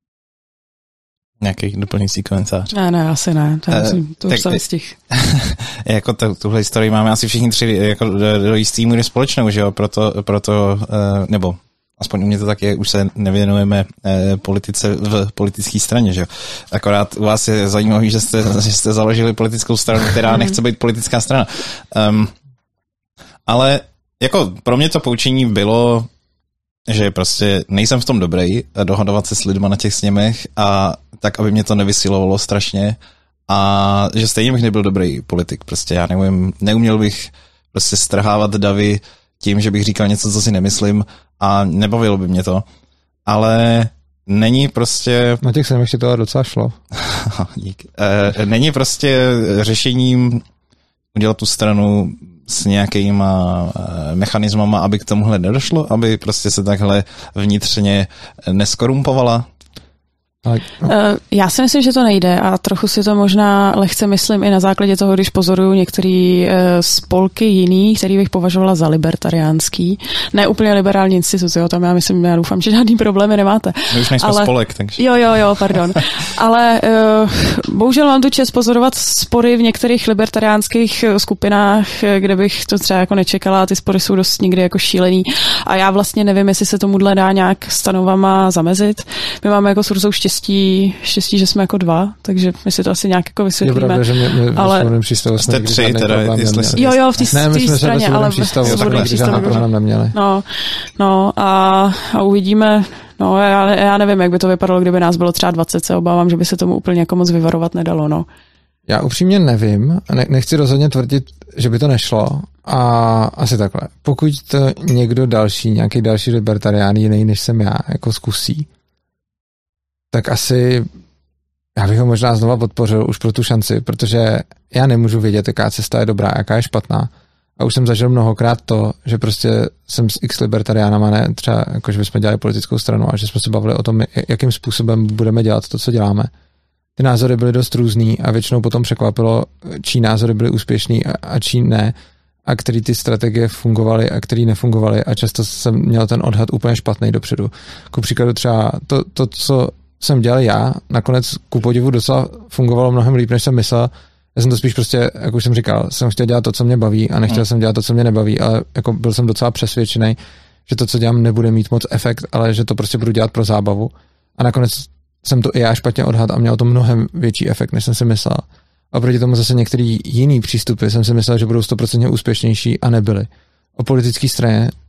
Nějaký doplňující komentář? Ne, ne, asi ne. To, uh, to už jsem stih. Jako to, tuhle historii máme asi všichni tři jako do, do jistý míry společnou, že jo? Proto, proto uh, nebo aspoň u mě to tak je, už se nevěnujeme uh, politice v politické straně, že jo? Akorát u vás je zajímavý, že jste, že jste založili politickou stranu, která nechce být politická strana. Um, ale jako pro mě to poučení bylo, že prostě nejsem v tom dobrý dohodovat se s lidma na těch sněmech a tak, aby mě to nevysilovalo strašně a že stejně bych nebyl dobrý politik. Prostě já nevím, neuměl bych prostě strhávat davy tím, že bych říkal něco, co si nemyslím a nebavilo by mě to. Ale není prostě... Na těch sněmech si to docela šlo. Dík. E, není prostě řešením udělat tu stranu s nějakýma mechanismama, aby k tomuhle nedošlo, aby prostě se takhle vnitřně neskorumpovala? Ale, no. Já si myslím, že to nejde a trochu si to možná lehce myslím i na základě toho, když pozoruju některé spolky jiný, který bych považovala za libertariánský. Ne úplně liberální instituce, jo, tam já myslím, já doufám, že žádný problémy nemáte. My už nejsme ale, spolek, takže... Jo, jo, jo, pardon. Ale uh, bohužel mám tu čest pozorovat spory v některých libertariánských skupinách, kde bych to třeba jako nečekala, ty spory jsou dost někdy jako šílený a já vlastně nevím, jestli se tomuhle dá nějak stanovama zamezit. My máme jako s Urzou štěstí, štěstí, že jsme jako dva, takže my si to asi nějak jako vysvětlíme. Je pravda, že mě, mě ale... přístavu jsme jste tři, teda, jestli se... Jo, jo, v té straně, ale přístavu, takhle, žádný problém neměli. No, no a, a uvidíme, no já, já nevím, jak by to vypadalo, kdyby nás bylo třeba dvacet, se obávám, že by se tomu úplně jako moc vyvarovat nedalo, no. Já upřímně nevím, ne, nechci rozhodně tvrdit, že by to nešlo a asi takhle. Pokud to někdo další, nějaký další libertarián jiný, než jsem já, jako zkusí, tak asi já bych ho možná znova podpořil už pro tu šanci, protože já nemůžu vědět, jaká cesta je dobrá, jaká je špatná. A už jsem zažil mnohokrát to, že prostě jsem s x libertariánama, ne třeba jako, že bychom dělali politickou stranu a že jsme se bavili o tom, jakým způsobem budeme dělat to, co děláme. Ty názory byly dost různý a většinou potom překvapilo, čí názory byly úspěšný a, a čí ne, a který ty strategie fungovaly a který nefungovaly a často jsem měl ten odhad úplně špatný dopředu. Ku příkladu třeba to, to co jsem dělal já, nakonec ku podivu docela fungovalo mnohem líp, než jsem myslel. Já jsem to spíš prostě, jak už jsem říkal, jsem chtěl dělat to, co mě baví a nechtěl mm. jsem dělat to, co mě nebaví, ale jako byl jsem docela přesvědčený, že to, co dělám, nebude mít moc efekt, ale že to prostě budu dělat pro zábavu. A nakonec jsem to i já špatně odhad a mělo to mnohem větší efekt, než jsem si myslel. A proti tomu zase některý jiný přístupy jsem si myslel, že budou sto procent úspěšnější a nebyly. O politické straně,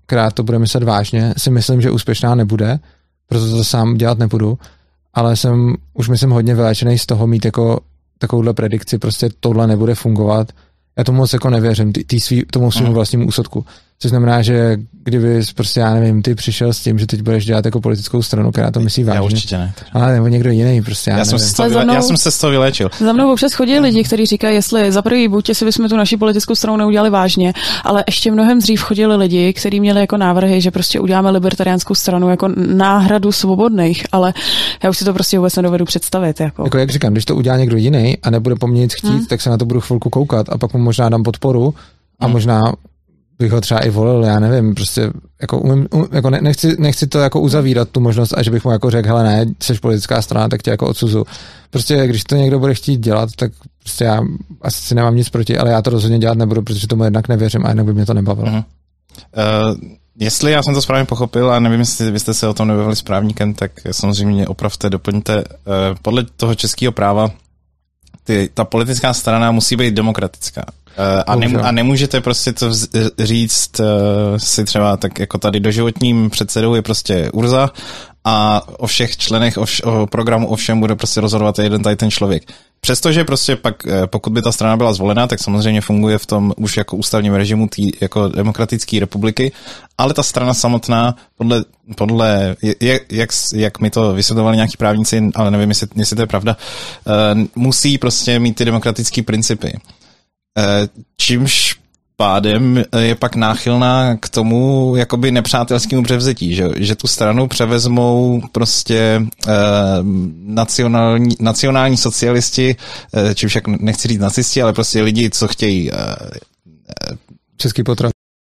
která to bude myslet vážně, si myslím, že úspěšná nebude, proto to sám dělat nebudu, ale jsem už myslím hodně vyléčený z toho mít jako takovouhle predikci, prostě tohle nebude fungovat. Já tomu moc jako nevěřím, tý, tý svý, tomu svým vlastnímu úsudku. Což znamená, že kdyby prostě, já nevím, ty přišel s tím, že teď budeš dělat jako politickou stranu, která to myslí vážně. Já určitě ne. Ale nebo někdo jiný, prostě já, já, jsem se to vyle, mnou, já jsem se z toho vyléčil. Za mnou občas chodí lidi, kteří říkají, jestli za prvý buď, jestli bychom tu naši politickou stranu neudělali vážně, ale ještě mnohem dřív chodili lidi, kteří měli jako návrhy, že prostě uděláme libertariánskou stranu jako náhradu svobodných, ale já už si to prostě vůbec nedovedu představit. Jako, jako jak říkám, když to udělá někdo jiný a nebude po mně nic chtít, hmm. tak se na to budu chvilku koukat a pak mu možná dám podporu a hmm. možná bych ho třeba i volil, já nevím, prostě jako, umím, um, jako ne, nechci, nechci to jako uzavírat tu možnost a že bych mu jako řekl, hele ne, jsi politická strana, tak tě jako odsuzu. Prostě když to někdo bude chtít dělat, tak prostě já asi nemám nic proti, ale já to rozhodně dělat nebudu, protože tomu jednak nevěřím a jednak by mě to nebavilo. Uh-huh. Uh, jestli já jsem to správně pochopil a nevím, jestli vy jste se o tom nebavili s právníkem, tak samozřejmě opravte, doplňte. Uh, podle toho českého práva ty, ta politická strana musí být demokratická. A, nemů- a nemůžete prostě to vz- říct uh, si třeba tak jako tady doživotním předsedou je prostě Urza a o všech členech, o, vš- o programu o všem bude prostě rozhodovat jeden tady ten člověk. Přestože prostě pak, pokud by ta strana byla zvolená, tak samozřejmě funguje v tom už jako ústavním režimu tý, jako demokratické republiky, ale ta strana samotná podle, podle jak, jak, jak mi to vysvětlovali nějaký právníci, ale nevím, jestli, jestli to je pravda, uh, musí prostě mít ty demokratické principy. Čímž pádem je pak náchylná k tomu jakoby nepřátelskému převzetí, že, že tu stranu převezmou prostě eh, nacionální, nacionální socialisti, eh, čímž jak nechci říct nacisti, ale prostě lidi, co chtějí eh, český potrat.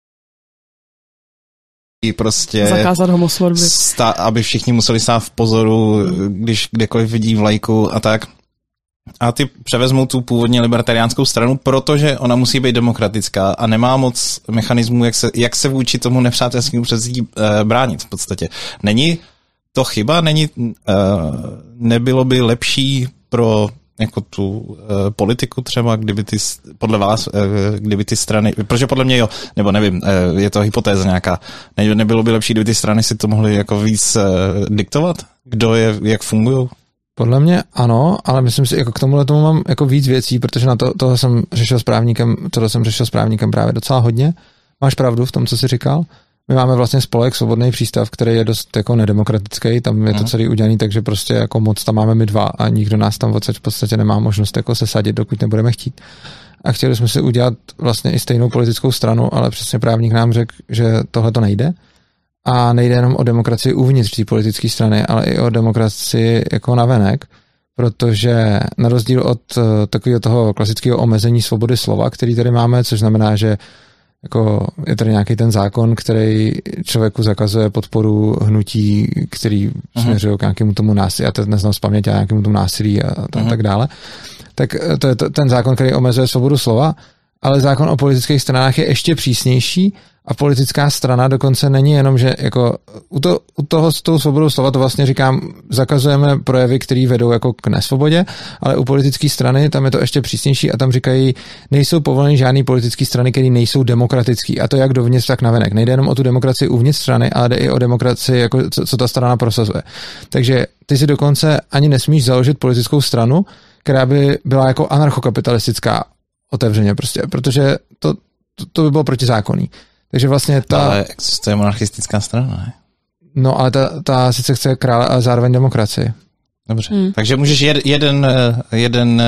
Prostě zakázat homosvorby. Stá, aby všichni museli stát v pozoru, když kdekoliv vidí vlajku a tak. A ty převezmou tu původně libertariánskou stranu, protože ona musí být demokratická a nemá moc mechanismů, jak se, jak se vůči tomu nepřátelskému převzetí e, bránit v podstatě. Není to chyba? Není, e, nebylo by lepší pro jako tu e, politiku třeba, kdyby ty, podle vás, e, kdyby ty strany, protože podle mě jo, nebo nevím, e, je to hypotéza nějaká, ne, nebylo by lepší, kdyby ty strany si to mohly jako víc e, diktovat? Kdo je, jak fungujou? Podle mě ano, ale myslím si, jako k tomuhle tomu mám jako víc věcí, protože na to, toho jsem řešil s právníkem, tohle jsem řešil s právníkem právě docela hodně. Máš pravdu v tom, co jsi říkal. My máme vlastně spolek Svobodný přístav, který je dost jako nedemokratický, tam je to celý udělaný, takže prostě jako moc tam máme my dva a nikdo nás tam odsaď v podstatě nemá možnost jako se sadit, dokud nebudeme chtít. A chtěli jsme si udělat vlastně i stejnou politickou stranu, ale přesně právník nám řekl, že tohle to nejde. A nejde jenom o demokracii uvnitř té politické strany, ale i o demokracii jako navenek, protože na rozdíl od takového toho klasického omezení svobody slova, který tady máme, což znamená, že jako je tady nějaký ten zákon, který člověku zakazuje podporu hnutí, který směřují k nějakému tomu násilí, já teď neznám z paměti, a nějakému tomu násilí a, a tak dále, tak to je to, ten zákon, který omezuje svobodu slova, ale zákon o politických stranách je ještě přísnější a politická strana dokonce není jenom, že jako u, to, u toho s tou svobodou slova to vlastně říkám, zakazujeme projevy, které vedou jako k nesvobodě, ale u politické strany tam je to ještě přísnější a tam říkají, nejsou povoleny žádný politické strany, které nejsou demokratický a to jak dovnitř, tak navenek. Nejde jenom o tu demokracii uvnitř strany, ale jde i o demokracii, jako co, co ta strana prosazuje. Takže ty si dokonce ani nesmíš založit politickou stranu, která by byla jako anarchokapitalistická otevřeně prostě, protože to, to, to by bylo protizákonný. Takže vlastně ta... Ale existuje monarchistická strana, ne? No, ale ta, ta sice chce krále, ale zároveň demokracii. Dobře. Hmm. Takže můžeš jed, jeden, jeden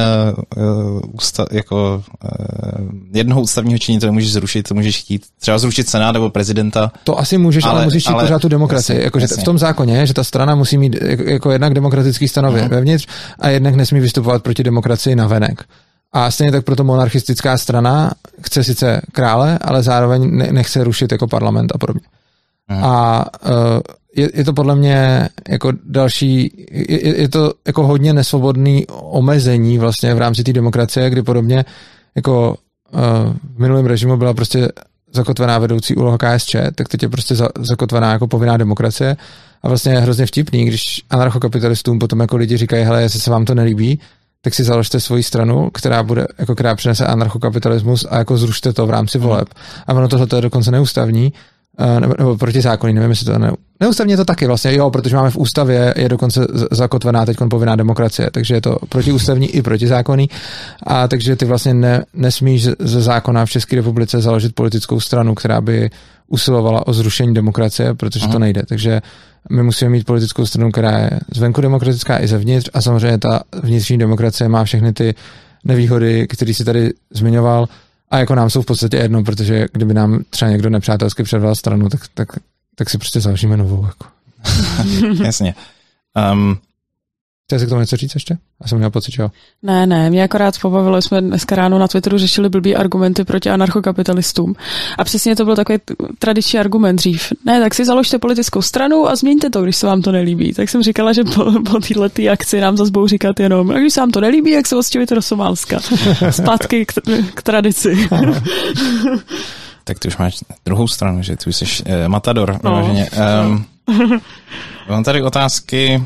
uh, ústa, jako uh, jednoho ústavního činitele můžeš zrušit, to můžeš chtít. Třeba zrušit senát nebo prezidenta. To asi můžeš, ale, ale musíš chtít pořád tu demokracii. Jakože v tom zákoně je, že ta strana musí mít jako, jako jednak demokratický stanově uh-huh. vevnitř a jednak nesmí vystupovat proti demokracii navenek. A stejně tak proto monarchistická strana chce sice krále, ale zároveň ne, nechce rušit jako parlament a podobně. Hmm. A uh, je, je to podle mě jako další, je, je to jako hodně nesvobodný omezení vlastně v rámci té demokracie, kdy podobně jako uh, v minulém režimu byla prostě zakotvená vedoucí úloha K S Č, tak teď je prostě za, zakotvená jako povinná demokracie a vlastně je hrozně vtipný, když anarchokapitalistům potom jako lidi říkají, hele, jestli se vám to nelíbí, tak si založte svoji stranu, která bude, jako která přinese anarchokapitalismus a jako zrušte to v rámci voleb. A ono tohle je dokonce neústavní, nebo, nebo protizákonný, nevím, jestli to ne, neústavně je to taky vlastně, jo, protože máme v ústavě, je dokonce zakotvená teď povinná demokracie, takže je to protiústavní i protizákonný, a takže ty vlastně ne, nesmíš ze zákona v České republice založit politickou stranu, která by usilovala o zrušení demokracie, protože Aha. to nejde, takže my musíme mít politickou stranu, která je zvenku demokratická i zevnitř, a samozřejmě ta vnitřní demokracie má všechny ty nevýhody, které si tady zmiňoval, a jako nám jsou v podstatě jedno, protože kdyby nám třeba někdo nepřátelsky předval stranu, tak, tak, tak si prostě založíme novou. Jako. Jasně. Um, Chcete si k tomu něco říct ještě? Já jsem měl pocit, že jo. Ne, ne, mě akorát pobavilo, jsme dneska ráno na Twitteru řešili blbý argumenty proti anarchokapitalistům. A přesně to byl takový tradiční argument dřív. Ne, tak si založte politickou stranu a změňte to, když se vám to nelíbí. Tak jsem říkala, že po, po této akci nám zase budou říkat jenom, a když se vám to nelíbí, jak se odstěhujte do Somálska. Zpátky k, k tradici. Tak ty už máš druhou stranu, že ty už jsi eh, matador. No. Um, mám tady otázky.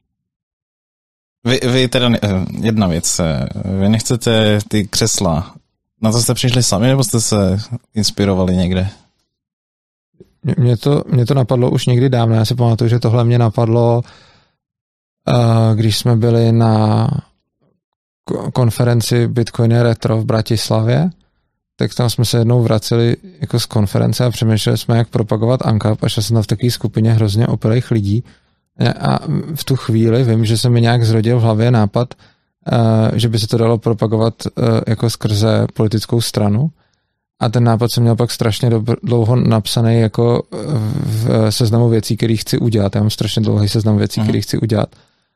Vy, vy teda, jedna věc, vy nechcete ty křesla, na to jste přišli sami, nebo jste se inspirovali někde? Mě to, mě to napadlo už někdy dávno, já si pamatuju, že tohle mě napadlo, když jsme byli na konferenci Bitcoin Retro v Bratislavě, tak tam jsme se jednou vraceli jako z konference a přemýšleli jsme, jak propagovat ANCAP, a šel jsem tam v takové skupině hrozně opilých lidí. A v tu chvíli vím, že se mi nějak zrodil v hlavě nápad, že by se to dalo propagovat jako skrze politickou stranu. A ten nápad jsem měl pak strašně dlouho napsaný jako v seznamu věcí, které chci udělat. Já mám strašně dlouhý seznam věcí, které chci udělat.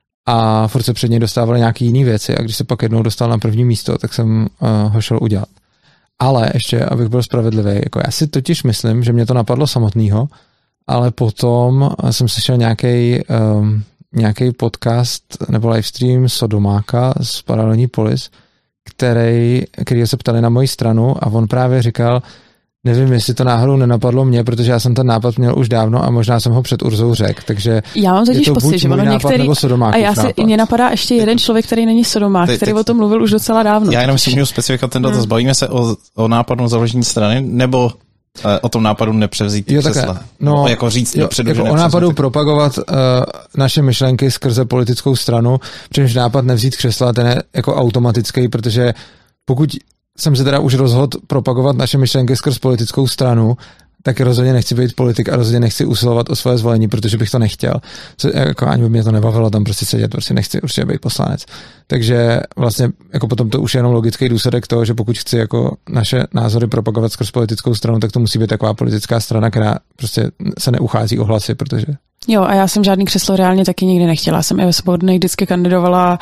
A furt se před něj dostávaly nějaké jiné věci, a když se pak jednou dostal na první místo, tak jsem ho šel udělat. Ale ještě, abych byl spravedlivý, jako já si totiž myslím, že mě to napadlo samotného, ale potom jsem slyšel nějaký um, nějaký podcast nebo livestream Sodomáka z Paralelní polis, který, který se ptali na moji stranu, a on právě říkal, nevím, jestli to náhodou nenapadlo mě, protože já jsem ten nápad měl už dávno a možná jsem ho před Urzou řekl, takže já mám totiž je to pocit, buď že můj ono nápad některý, nebo Sodomákův a já si, nápad. Mně napadá ještě jeden člověk, který není Sodomák, Te, který te, o tom mluvil už docela dávno. Já jenom si můžu specifikovat ten dotaz, hmm. bavíme se o, o nápadu založení strany, nebo o tom nápadu nepřevzít jo, křesla. No, jako říct jo, dopředu, jako že o nápadu propagovat uh, naše myšlenky skrze politickou stranu, přičemž nápad nevzít křesla, ten je jako automatický, protože pokud jsem se teda už rozhodl propagovat naše myšlenky skrz politickou stranu, tak rozhodně nechci být politik a rozhodně nechci usilovat o svoje zvolení, protože bych to nechtěl. Co, jako ani by mě to nebavilo tam prostě sedět, prostě nechci určitě být poslanec. Takže vlastně jako potom to už je jenom logický důsledek toho, že pokud chci jako naše názory propagovat skrz politickou stranu, tak to musí být taková politická strana, která prostě se neuchází o hlasy, protože Jo, a já jsem žádný křeslo reálně taky nikdy nechtěla. Jsem i ve Svobodných vždycky kandidovala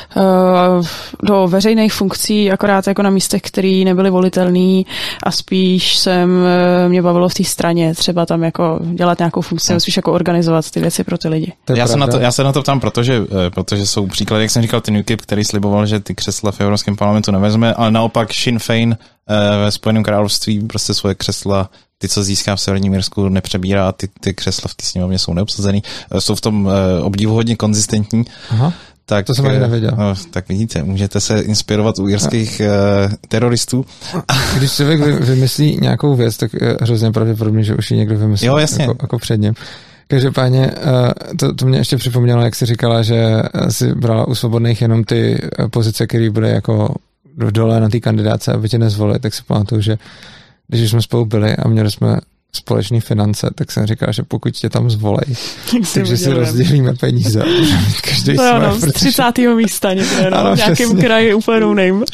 uh, do veřejných funkcí, akorát jako na místech, které nebyly volitelný, a spíš jsem uh, mě bavilo v té straně třeba tam jako dělat nějakou funkci, spíš jako organizovat ty věci pro ty lidi. Já se, na to, já se na to ptám, protože, protože jsou příklady, jak jsem říkal, ten UKIP, který sliboval, že ty křesla v Evropském parlamentu nevezme, ale naopak Sinn Féin uh, ve Spojeném království prostě svoje křesla, ty, co získá v Severním Irsku, nepřebírá, a ty, ty křesla v té sněmovně jsou neobsazený. Jsou v tom uh, obdivuhodně konzistentní. Aha, tak, to jsem ani nevěděl. Uh, tak vidíte, můžete se inspirovat u irských uh, teroristů. Když člověk vymyslí nějakou věc, tak je hrozně pravděpodobně, že už ji někdo vymyslí jo, jasně. Jako, jako před ním. Každopádně to, to mě ještě připomnělo, jak jsi říkala, že si brala u Svobodných jenom ty pozice, které byly jako dole na té kandidáce, aby tě nezvolili, tak si pamatuju, že když jsme spolu byli a měli jsme společné finance, tak jsem říkal, že pokud tě tam zvolej, takže si rozdělíme peníze. Každý to je ono, z třicátého místa někde, no, ano, v nějakém přesně. Kraji úplně no name.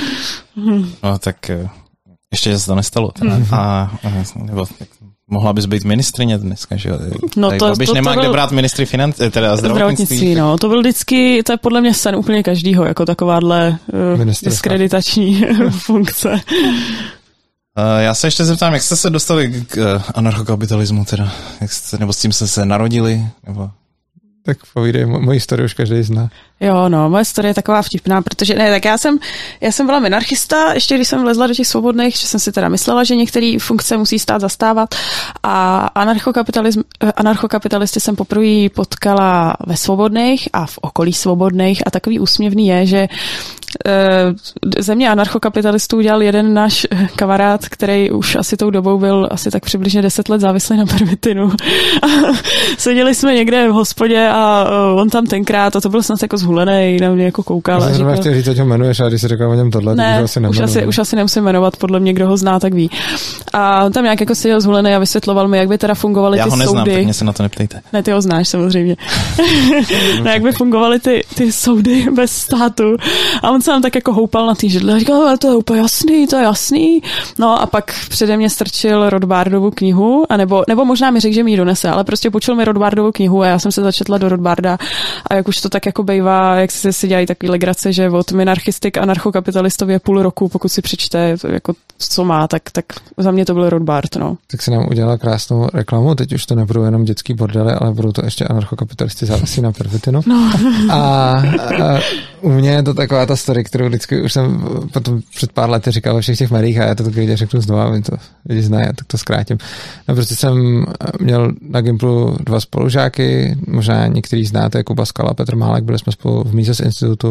No tak ještě se to nestalo. Hmm. A nebo, mohla bys být ministrině dneska, že jo? No to, Babiš to, nemá to kde byl, brát ministry financí, teda zdravotnictví. zdravotnictví no, to byl vždycky, to je podle mě sen úplně každýho, jako takováhle uh, diskreditační funkce. Uh, já se ještě zeptám, jak jste se dostali k uh, anarchokapitalismu teda? Jak jste, nebo s tím jste se narodili? Nebo... Tak povídej, moji historii už každý zná. Jo, no, moje historie je taková vtipná, protože ne, tak já jsem, já jsem byla minarchista, ještě když jsem vlezla do těch Svobodných, že jsem si teda myslela, že některé funkce musí stát zastávat, a anarchokapitalisty jsem poprvé potkala ve Svobodných a v okolí Svobodných, a takový úsměvný je, že Země anarchokapitalistů udělal jeden náš kamarád, který už asi tou dobou byl asi tak přibližně deset let závislý na pervitinu. Seděli jsme někde v hospodě a on tam tenkrát, a to byl snad jako zhulený, na mě jako koukal. Já jsem chtěl říct, ať ho jmenuješ, a když jsi řekl o něm tohle, ne, už asi už asi, už asi nemusím jmenovat, podle mě, kdo ho zná, tak ví. A on tam nějak jako seděl zhulený a vysvětloval mi, jak by teda fungovaly ty soudy. Já ho neznám, tak mě se na to neptejte. Ne, ty ho znáš samozřejmě. No, jak by fungovaly ty, ty soudy bez státu. A on se nám tak jako houpal na té židli a říkal, to je úplně jasný, to je jasný. No a pak přede mě strčil Rothbardovu knihu, a nebo, nebo možná mi řekl, že mi ji donese, ale prostě půjčil mi Rothbardovu knihu a já jsem se začetla do Rothbarda a jak už to tak jako bejvá, jak si si dělají takový legrace, že od minarchisty k anarchokapitalistovi je půl roku, pokud si přečte, jako co má, tak, tak za mě to byl Rothbard, no. Tak se nám udělala krásnou reklamu, teď už to nebudou jenom dětský bordely, ale budou to ještě anarchokapitalisti závisí na pervitinu. No. A, a u mě je to taková ta story, kterou vždycky už jsem potom před pár lety říkal ve všech těch médiích a já to taky řeknu znovu, a to lidi znají, tak to zkrátím. No, prostě jsem měl na Gimplu dva spolužáky, možná některý znáte, Kuba Skala, Petr Málek, byli jsme spolu v Mises institutu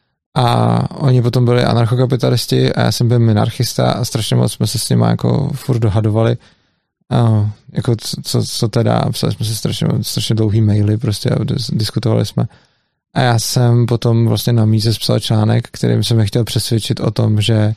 a oni potom byli anarchokapitalisti a já jsem byl minarchista a strašně moc jsme se s nimi jako furt dohadovali. A jako co, co teda, psali jsme si strašně, strašně dlouhý maily prostě a diskutovali jsme. A já jsem potom vlastně na Mises psal článek, kterým jsem je chtěl přesvědčit o tom, že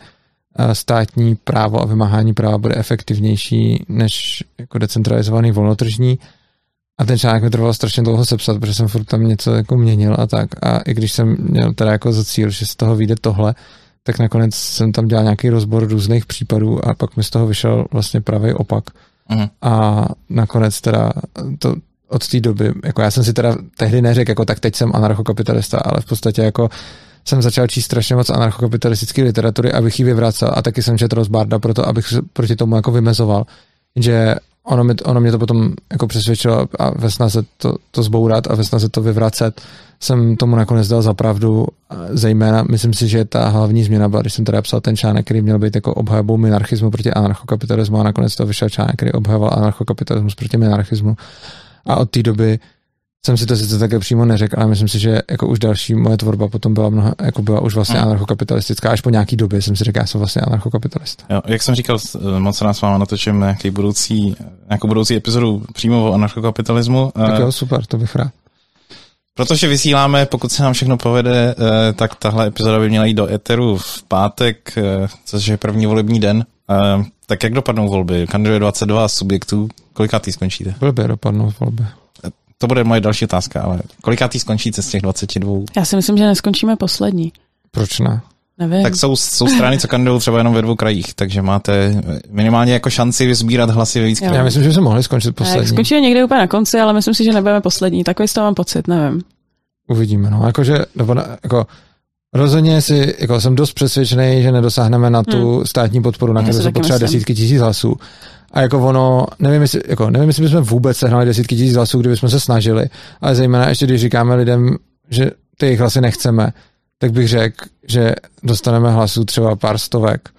státní právo a vymáhání práva bude efektivnější než jako decentralizovaný volnotržní. A ten článek mi trval strašně dlouho sepsat, protože jsem furt tam něco jako měnil a tak. A i když jsem měl teda jako za cíl, že z toho vyjde tohle, tak nakonec jsem tam dělal nějaký rozbor různých případů a pak mi z toho vyšel vlastně pravý opak. Uh-huh. A nakonec teda to od té doby, jako já jsem si teda tehdy neřekl, jako tak teď jsem anarchokapitalista, ale v podstatě jako jsem začal číst strašně moc anarchokapitalistické literatury, abych ji vyvracel a taky jsem četl Rothbarda proto, abych proti tomu jako vymezoval. Že ono, mi, ono mě to potom jako přesvědčilo a ve snaze to, to zbourat a ve snaze to vyvracet jsem tomu nakonec dal za pravdu, zejména myslím si, že ta hlavní změna byla, když jsem teda psal ten článek, který měl být jako obhajobou minarchismu proti anarchokapitalismu a nakonec to vyšel článek, který obhajoval anarchokapitalismus proti minarchismu. A od té doby jsem si to sice také přímo neřekl, ale myslím si, že jako už další moje tvorba potom byla mnoho, jako byla už vlastně anarchokapitalistická. Až po nějaký době jsem si řekl, já jsem vlastně anarchokapitalista. Jo, jak jsem říkal, moc rád s váma natočím nějaký budoucí, nějakou budoucí epizodu přímo o anarchokapitalismu. Tak jo, super, to bych rád. Protože vysíláme, pokud se nám všechno povede, tak tahle epizoda by měla jít do éteru v pátek, což je první volební den. Tak jak dopadnou volby? Kandiduje dvacet dva subjektů, kolikátý skončíte? Blbě dopadnou volby. To bude moje další otázka, ale kolikátý skončíte z těch dvacet dva? Já si myslím, že neskončíme poslední. Proč ne? Nevím. Tak jsou, jsou strany, co kandidují třeba jenom ve dvou krajích, takže máte minimálně jako šanci vyzbírat hlasy ve víc krajích. Já myslím, že jsme mohli skončit poslední. Ne, skončíme někde úplně na konci, ale myslím si, že nebudeme poslední. Takový z toho mám pocit, nevím. Uvidíme, no. Jakože, jako, rozhodně si, jako jsem dost přesvědčený, že nedosáhneme na tu hmm. státní podporu, na kterou se potřeba desítky tisíc hlasů. A jako ono, nevím, jestli, jako, nevím, jestli bychom vůbec sehnali desítky tisíc hlasů, kdybychom se snažili, ale zejména ještě, když říkáme lidem, že ty jejich hlasy nechceme, tak bych řekl, že dostaneme hlasů třeba pár stovek.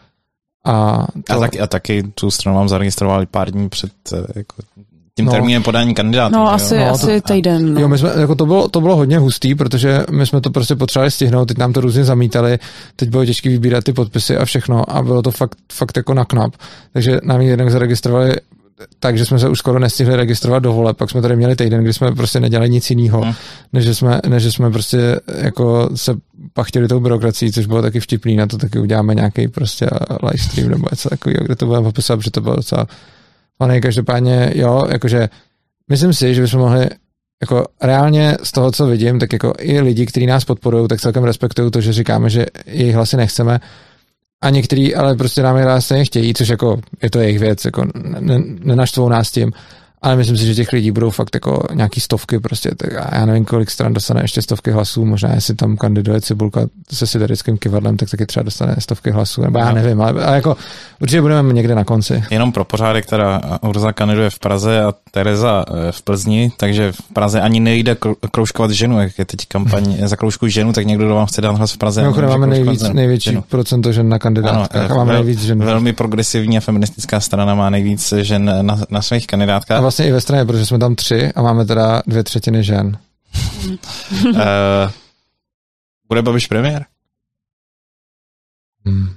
A, to... a, taky, a taky tu stranu mám zaregistrovali pár dní před jako, tím no. termínem podání kandidátů. No, asi, no, asi to, týden. No. Jo, my jsme, jako to, bylo, to bylo hodně hustý, protože my jsme to prostě potřebovali stihnout, teď nám to různě zamítali, teď bylo těžké vybírat ty podpisy a všechno a bylo to fakt, fakt jako na knap. Takže nám jednak zaregistrovali tak, že jsme se už skoro nestihli registrovat do voleb, pak jsme tady měli týden, kdy jsme prostě nedělali nic jiného, hmm. než, že jsme, než že jsme prostě jako se pachtili tou byrokracií, což bylo taky vtipný, na to taky uděláme nějaký prostě livestream nebo něco takového, kde to budeme popisovat, protože to bylo docela funny. Každopádně, jo, jakože myslím si, že bychom mohli jako reálně z toho, co vidím, tak jako i lidi, kteří nás podporují, tak celkem respektují to, že říkáme, že jejich hlasy nechceme. A některý, ale prostě nám je stejně chtějí, což jako je to jejich věc, jako nenaštvou nás tím. Ale myslím si, že těch lidí budou fakt jako nějaký stovky prostě, tak já nevím, kolik stran dostane ještě stovky hlasů, možná jestli tam kandiduje Cibulka se siderickým kyvadlem, tak taky třeba dostane stovky hlasů, nebo já nevím, ale, ale jako určitě budeme někde na konci. Jenom pro pořádek, teda Urza kandiduje v Praze a Tereza v Plzni, takže v Praze ani nejde kroužkovat ženu, jak je teď kampaň za kroužku ženu, tak někdo, kdo vám chce dát hlas v Praze. No, máme nejvíc, největší ženu. Procento žen na kandidátkách. Máme vel, nejvíc žen. Velmi progresivní a feministická strana má nejvíc žen na, na svých kandidátkách. A vlastně i ve straně, protože jsme tam tři a máme teda dvě třetiny žen. uh, bude Babiš premiér? Hmm.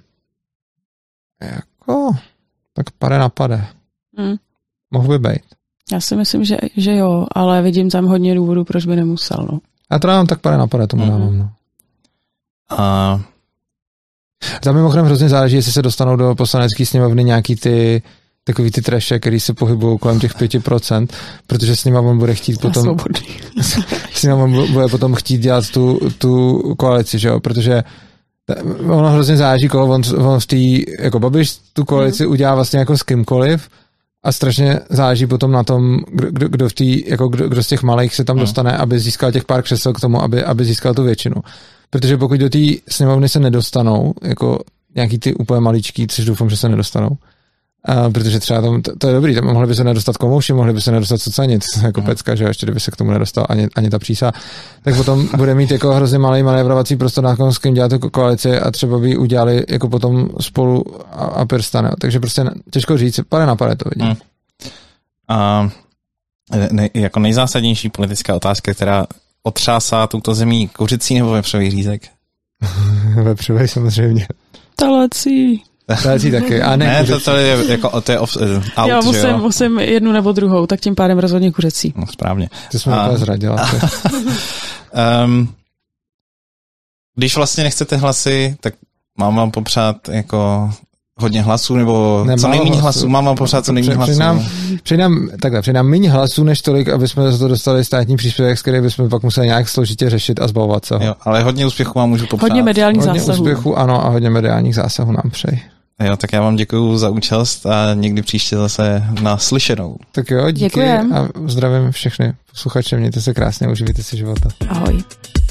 Jako, tak pade na pade. Hmm. Mohl by být. Já si myslím, že, že jo, ale vidím tam hodně důvodů, proč by nemusel. No. Já to dávám tak pade na pade, tomu dávám. No. A... Za mimochodem hrozně záleží, jestli se dostanou do poslanecké sněmovny nějaký ty takový ty trashe, který se pohybují kolem těch pět procent, protože s nima on bude chtít potom s nima on bude potom chtít dělat tu, tu koalici, že jo, protože ono hrozně záleží, koho on, on v té, jako Babiš tu koalici mm. udělá vlastně jako s kýmkoliv a strašně záleží potom na tom, kdo, kdo, v tý, jako kdo, kdo z těch malých se tam mm. dostane, aby získal těch pár křesel k tomu, aby, aby získal tu většinu. Protože pokud do té sněmovny se nedostanou, jako nějaký ty úplně maličký, což doufám, že se nedostanou, a protože třeba tam, to, to je dobrý, tam mohli by se nedostat komouši, mohli by se nedostat socani, to je jako mm. pecka, že ještě kdyby se k tomu nedostal ani, ani ta přísa, tak potom bude mít jako hrozně malý manévrovací prostor na kom, s kým dělat tu koalici a třeba by udělali jako potom spolu a, a Pirstane. Takže prostě těžko říct, pade na pade to vidím. Mm. A ne, jako nejzásadnější politická otázka, která otřásá touto zemí, kuřecí nebo vepřový řízek? Vepřový samozřejmě. Telecí. Telecí taky. A ne, ne to, to je jako to je off, out, já musím, jo? musím jednu nebo druhou, tak tím pádem rozhodně kuřecí. No, správně. To jsme takhle zradila. um, když vlastně nechcete hlasy, tak mám vám popřát jako hodně hlasů, nebo ne, co nejméně hlasů. hlasů, mám vám popřát co nejméně hlasů. Přinám, přinám, takhle, přinám méně hlasů než tolik, aby jsme za to dostali státní příspěvek, s kterým bychom pak museli nějak složitě řešit a zbavovat se ho. Jo, ale hodně úspěchů vám můžu popřát. Hodně mediálních hodně zásahů. Hodně úspěchů, ano, a hodně mediálních zásahů nám přeji. Jo, tak já vám děkuju za účast a někdy příště zase na slyšenou. Tak jo, díky. Děkujem. A zdravím všechny posluchače, mějte se krásně, uživejte si života. Ahoj.